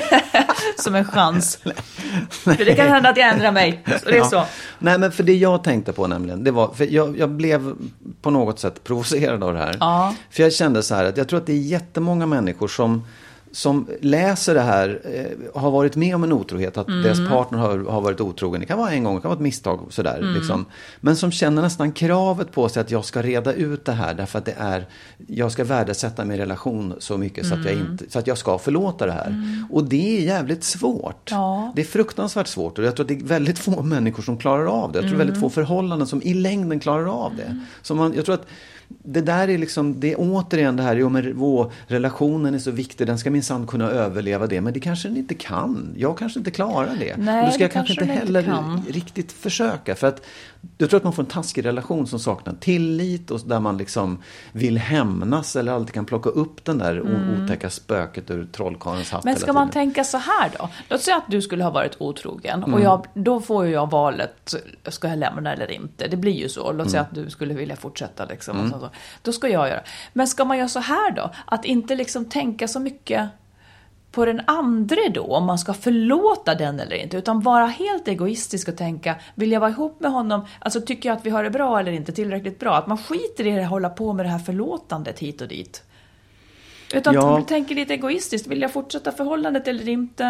som en chans. Nej. För det kan hända att jag ändrar mig. Så det är ja. så. Nej, men för det jag tänkte på nämligen, det var, för jag, jag blev på något sätt provocerad av det här. Ja. För jag kände så här att jag tror att det är jättemånga människor som som läser det här eh, har varit med om en otrohet, att mm. deras partner har, har varit otrogen. Det kan vara en gång, det kan vara ett misstag sådär, mm. liksom. Men som känner nästan kravet på sig att jag ska reda ut det här därför att det är, jag ska värdesätta min relation så mycket mm. så, att jag inte, så att jag ska förlåta det här. Mm. Och det är jävligt svårt. Ja. Det är fruktansvärt svårt och jag tror att det är väldigt få människor som klarar av det. Jag tror mm. väldigt få förhållanden som i längden klarar av det. Mm. Så man, jag tror att det där är liksom, det är återigen det här, jo men vår relationen är så viktig, den ska minsann kunna överleva det, men det kanske den inte kan. Jag kanske inte klarar det. Nej, då ska det jag kanske inte heller inte riktigt försöka, för att jag tror att man får en taskig relation som saknar tillit och där man liksom vill hämnas eller alltid kan plocka upp den där mm. otäcka spöket ur trollkarlens hatt. Men ska man tänka så här då? Låt säga att du skulle ha varit otrogen mm. och jag, då får ju jag valet, ska jag lämna eller inte? Det blir ju så. Låt mm. säga att du skulle vilja fortsätta liksom. Mm. Och så. Då ska jag göra. Men ska man göra så här då? Att inte liksom tänka så mycket på den andra då, om man ska förlåta den eller inte, utan vara helt egoistisk och tänka, vill jag vara ihop med honom, alltså tycker jag att vi har det bra eller inte tillräckligt bra, att man skiter i det, hålla på med det här förlåtandet hit och dit, utan ja. man tänker lite egoistiskt, vill jag fortsätta förhållandet eller inte,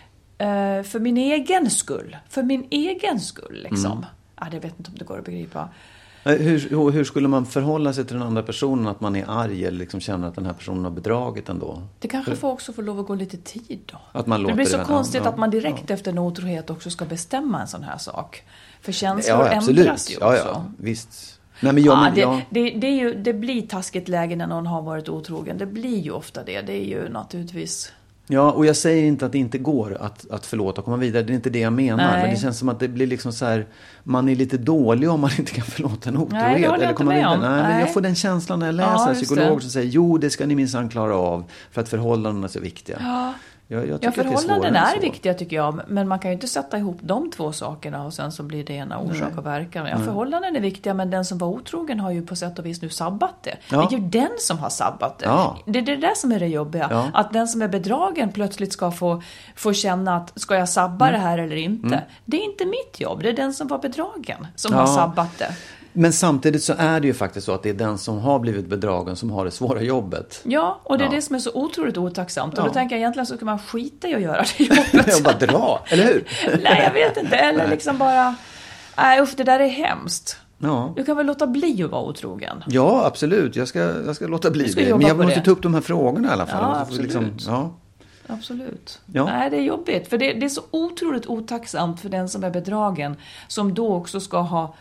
uh, för min egen skull, för min egen skull liksom. Mm. Ja, det vet inte om det går att begripa. Hur, hur skulle man förhålla sig till den andra personen, att man är arg eller liksom känner att den här personen har bedragit ändå? Det kanske får också få lov att gå lite tid då. Att man det blir så det konstigt ja, att man direkt ja. efter en otrohet också ska bestämma en sån här sak. För känslor ja, ändras ju också. Ja, ja, visst. Nej, men jag, ja, men, det, ja. det, det, är ju, det blir taskigt läge när någon har varit otrogen. Det blir ju ofta det. Det är ju naturligtvis... Ja, och jag säger inte att det inte går att, att förlåta och komma vidare. Det är inte det jag menar. Nej. Men det känns som att det blir liksom så här, man är lite dålig om man inte kan förlåta en otrohet. Nej, det eller komma vidare. Nej, Nej. Men jag får den känslan när jag läser ja, psykologer som säger, jo, det ska ni minsann klara av för att förhållandena är så viktiga. Ja. Jag, jag ja, förhållanden är, är viktiga tycker jag, men man kan ju inte sätta ihop de två sakerna och sen så blir det ena orsak Nej. och verkan. Ja, förhållanden är viktiga, men den som var otrogen har ju på sätt och vis nu sabbat det. Ja. Det är ju den som har sabbat det. Ja. Det är det där som är det jobbiga. Ja. Att den som är bedragen plötsligt ska få, få känna att ska jag sabba mm. det här eller inte? Mm. Det är inte mitt jobb, det är den som var bedragen som ja. har sabbat det. Men samtidigt så är det ju faktiskt så att det är den som har blivit bedragen som har det svåra jobbet. Ja, och det är ja. det som är så otroligt otacksamt. Och ja. då tänker jag egentligen så kan man skita i att göra det jobbet. Jag bara dra, eller hur? Nej, jag vet inte. Eller liksom bara, nej usch, det där är hemskt. Ja. Du kan väl låta bli att vara otrogen? Ja, absolut. Jag ska, jag ska låta bli ska det. Men jag måste det. ta upp de här frågorna i alla fall. Ja, absolut. Liksom, ja. Absolut. Ja. Nej, det är jobbigt. För det, det är så otroligt otacksamt för den som är bedragen. Som då också ska ha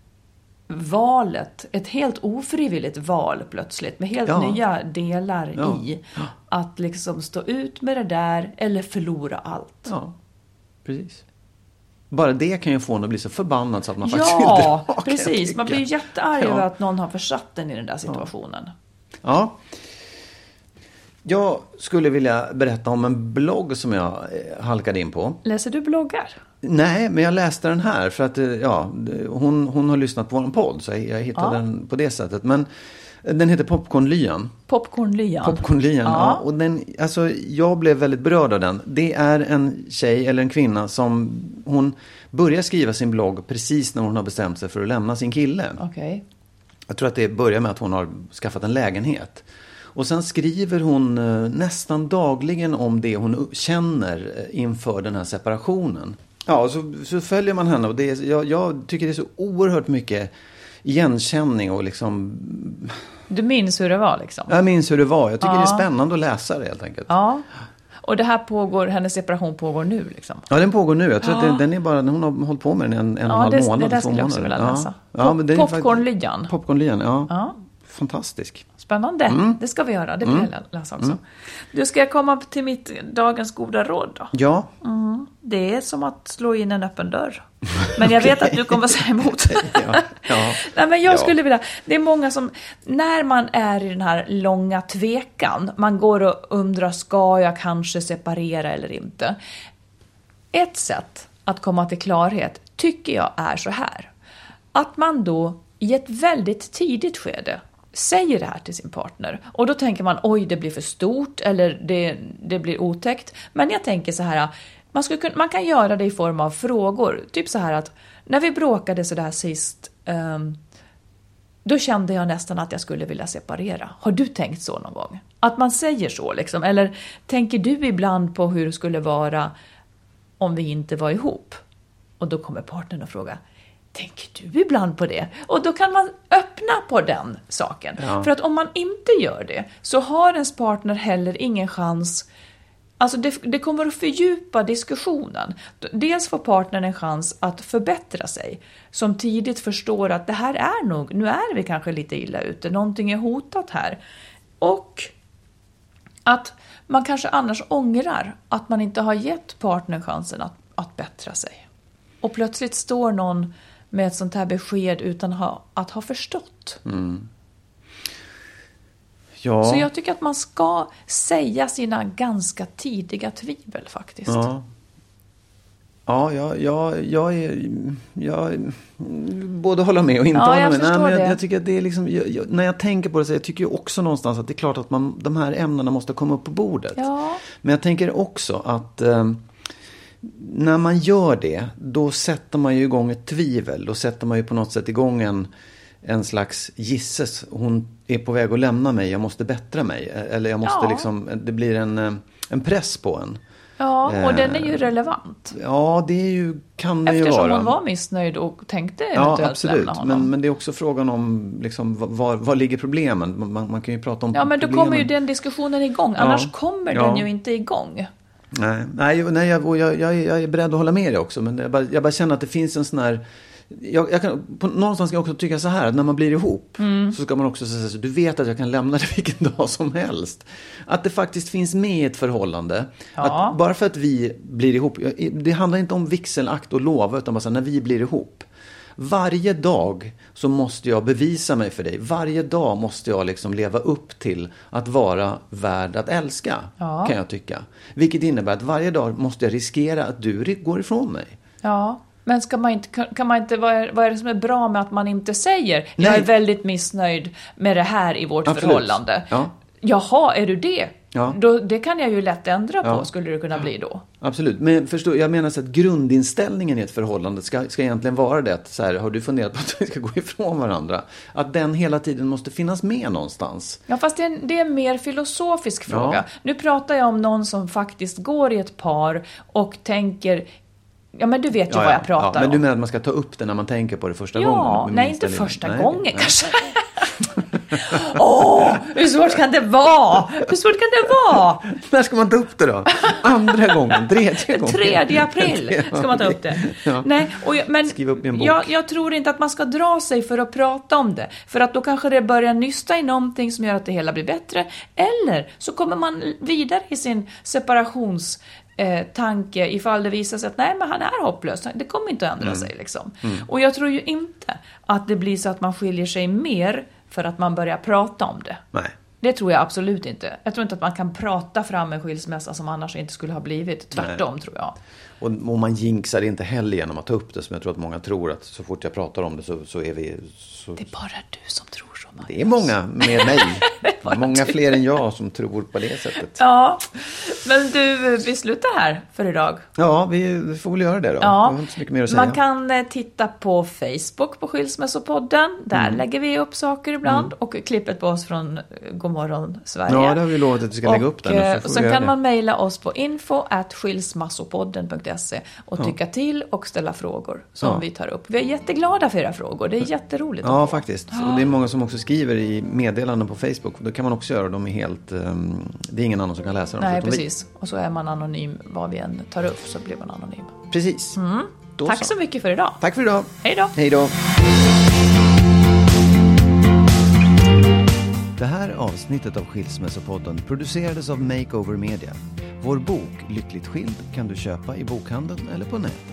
valet, ett helt ofrivilligt val plötsligt med helt ja. nya delar ja. i att liksom stå ut med det där eller förlora allt. Ja, precis. Bara det kan ju få en att bli så förbannad så att man ja, faktiskt vill dra. Ja, precis. Man blir jättearg ja. över att någon har försatt den i den där situationen. Ja. Ja. Jag skulle vilja berätta om en blogg som jag halkade in på. Läser du bloggar? Nej, men jag läste den här för att ja, hon, hon har lyssnat på vår podd så jag hittade ja. den på det sättet. Men den heter Popcornlyan. Popcornlyan. Popcornlyan, ja. ja. Och den, alltså, jag blev väldigt berörd av den. Det är en tjej eller en kvinna som hon börjar skriva sin blogg precis när hon har bestämt sig för att lämna sin kille. Okej. Okay. Jag tror att det börjar med att hon har skaffat en lägenhet. Och sen skriver hon eh, nästan dagligen om det hon känner inför den här separationen. Ja, så, så följer man henne och det är, jag, jag tycker det är så oerhört mycket igenkänning och liksom... Du minns hur det var liksom? Jag minns hur det var. Jag tycker ja. det är spännande att läsa det helt enkelt. Ja. Och det här pågår, hennes separation pågår nu liksom? Ja, den pågår nu. Jag tror ja. att den är bara, hon har hållit på med den en, en ja, och en halv det, månad. Ja, det skulle jag också vilja läsa. Ja. Ja, men Popcornlyan. Popcornlyan, ja. ja. Fantastisk. Spännande, mm. det ska vi göra, det vill mm. jag läsa också. Mm. Du, ska jag komma till mitt dagens goda råd då? Ja. Mm. Det är som att slå in en öppen dörr. Men jag vet att du kommer att säga emot. ja. Ja. Nej, men jag ja. skulle vilja, det är många som, när man är i den här långa tvekan, man går och undrar, ska jag kanske separera eller inte? Ett sätt att komma till klarhet tycker jag är så här. Att man då i ett väldigt tidigt skede säger det här till sin partner. Och då tänker man, oj det blir för stort eller det, det blir otäckt. Men jag tänker så här, man, skulle kunna, man kan göra det i form av frågor. Typ så här att, när vi bråkade så där sist, um, då kände jag nästan att jag skulle vilja separera. Har du tänkt så någon gång? Att man säger så liksom. Eller tänker du ibland på hur det skulle vara om vi inte var ihop? Och då kommer partnern och frågar, tänker du ibland på det? Och då kan man öppna på den saken. Ja. För att om man inte gör det så har ens partner heller ingen chans. Alltså det, det kommer att fördjupa diskussionen. Dels får partnern en chans att förbättra sig. Som tidigt förstår att det här är nog, nu är vi kanske lite illa ute. Någonting är hotat här. Och att man kanske annars ångrar att man inte har gett partnern chansen att, att bättra sig. Och plötsligt står någon med ett sånt här besked utan ha, att ha förstått. Mm. Ja. Så jag tycker att man ska säga sina ganska tidiga tvivel faktiskt. Ja, ja jag, jag, jag är... Jag, både hålla med och inte ja, hålla jag med. Nej, men jag, det. jag tycker att det är liksom... Jag, jag, när jag tänker på det så jag tycker jag också någonstans att det är klart att man, de här ämnena måste komma upp på bordet. Ja. Men jag tänker också att... Eh, när man gör det, då sätter man ju igång ett tvivel. Då sätter man ju på något sätt igång en, en slags gisses. Hon är på väg att lämna mig, jag måste bättra mig. Eller jag måste ja. liksom, det blir en, en press på en. Ja, och eh, den är ju relevant. Ja, det är ju, kan det Eftersom ju vara. hon var missnöjd och tänkte eventuellt ja, absolut. lämna honom. Men, men det är också frågan om liksom, var, var ligger problemen? Man, man kan ju prata om Ja, men då problemen. kommer ju den diskussionen igång. Annars ja. kommer ja. den ju inte igång. Nej, nej, nej jag, jag, jag, jag är beredd att hålla med dig också. Men jag bara, jag bara känner att det finns en sån här... Jag, jag kan, på, någonstans ska jag också tycka så här, att när man blir ihop mm. så ska man också säga så, du vet att jag kan lämna det vilken dag som helst. Att det faktiskt finns med i ett förhållande. Ja. Att bara för att vi blir ihop, det handlar inte om vigselakt och lova, utan bara så här, när vi blir ihop. Varje dag så måste jag bevisa mig för dig. Varje dag måste jag liksom leva upp till att vara värd att älska, ja. kan jag tycka. Vilket innebär att varje dag måste jag riskera att du går ifrån mig. Ja, men ska man inte, kan man inte, vad är, vad är det som är bra med att man inte säger Nej. jag är väldigt missnöjd med det här i vårt Absolut. förhållande. Ja. Jaha, är du det? Ja. Då, det kan jag ju lätt ändra på, ja. skulle det kunna bli då. Absolut, men förstå, jag menar så att grundinställningen i ett förhållande ska, ska egentligen vara det att så här, har du funderat på att vi ska gå ifrån varandra? Att den hela tiden måste finnas med någonstans. Ja, fast det är en, det är en mer filosofisk fråga. Ja. Nu pratar jag om någon som faktiskt går i ett par och tänker... Ja, men du vet ju ja, vad jag pratar ja, men om. Men du menar att man ska ta upp det när man tänker på det första ja, gången? Ja, nej, inte första nej, gången nej. kanske. Åh, oh, hur svårt kan det vara? Hur svårt kan det vara? När ska man ta upp det då? Andra gången, tredje gången. tredje april ska man ta upp det. Ja. Nej, och jag, men Skriv upp i en bok. Jag, jag tror inte att man ska dra sig för att prata om det. För att då kanske det börjar nysta i någonting som gör att det hela blir bättre. Eller så kommer man vidare i sin separations... Eh, tanke ifall det visar sig att nej, men han är hopplös. Det kommer inte att ändra mm. sig liksom. Mm. Och jag tror ju inte att det blir så att man skiljer sig mer för att man börjar prata om det. Nej. Det tror jag absolut inte. Jag tror inte att man kan prata fram en skilsmässa som annars inte skulle ha blivit. Tvärtom. Nej. Tror jag. Och, och man jinxar inte heller genom att ta upp det, som jag tror att många tror, att så fort jag pratar om det så, så är vi... Så... Det är bara du som tror så. Magnus. Det är många med mig. Många du. Fler än jag som tror på det sättet. Ja, men du, vi slutar här för idag. Ja, vi får väl göra det då. Ja. Inte så mycket mer att säga. Man kan eh, titta på Facebook på Skilsmässopodden. Där mm. lägger vi upp saker ibland. Mm. Och klippet på oss från Godmorgon Sverige. Ja, det har vi lovat att vi ska och, lägga upp den. Och sen kan det. Man mejla oss på info at skilsmassopodden punkt se och tycka ja. Till och ställa frågor som ja. Vi tar upp. Vi är jätteglada för era frågor. Det är jätteroligt. Ja, faktiskt. Ja. Och det är många som också skriver i meddelanden på Facebook. Då kan man också göra. De är helt... Um, det är ingen annan som kan läsa dem. Nej, precis. Och så är man anonym vad vi än tar upp, så blir man anonym. Precis. Mm. Tack så. så mycket för idag. Tack för idag. Hej då. Hej då. Det här avsnittet av Skilsmässopodden producerades av Makeover Media. Vår bok Lyckligt skild kan du köpa i bokhandeln eller på nätet.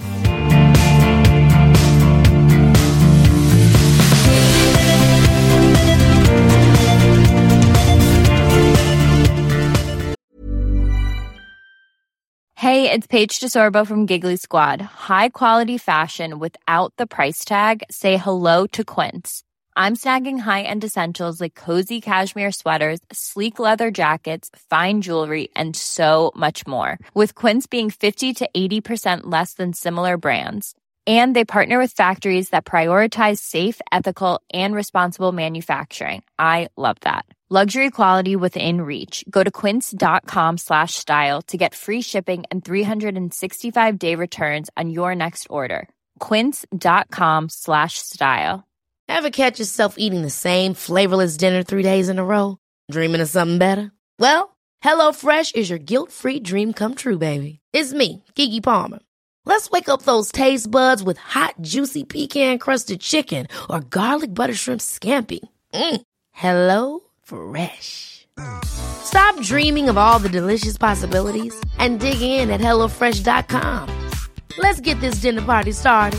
Hey, it's Paige DeSorbo from Giggly Squad. High quality fashion without the price tag. Say hello to Quince. I'm snagging high-end essentials like cozy cashmere sweaters, sleek leather jackets, fine jewelry, and so much more. With Quince being fifty to eighty percent less than similar brands. And they partner with factories that prioritize safe, ethical, and responsible manufacturing. I love that. Luxury quality within reach. Go to quince.com slash style to get free shipping and three sixty-five day returns on your next order. Quince.com slash style. Ever catch yourself eating the same flavorless dinner three days in a row? Dreaming of something better? Well, HelloFresh is your guilt-free dream come true, baby. It's me, Keke Palmer. Let's wake up those taste buds with hot, juicy pecan-crusted chicken or garlic butter shrimp scampi. Mm. Hello Fresh. Stop dreaming of all the delicious possibilities and dig in at hello fresh dot com. Let's get this dinner party started.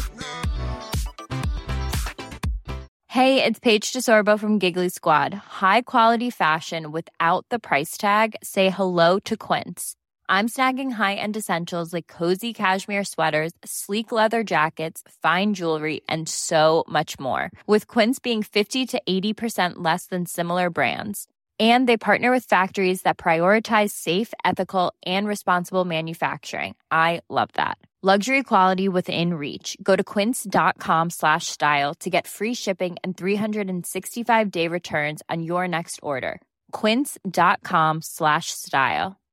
Hey, it's Paige DeSorbo from Giggly Squad. High quality fashion without the price tag. Say hello to Quince. I'm snagging high-end essentials like cozy cashmere sweaters, sleek leather jackets, fine jewelry, and so much more. With Quince being fifty to eighty percent less than similar brands. And they partner with factories that prioritize safe, ethical, and responsible manufacturing. I love that. Luxury quality within reach. Go to quince.com slash style to get free shipping and three sixty-five day returns on your next order. Quince.com slash style.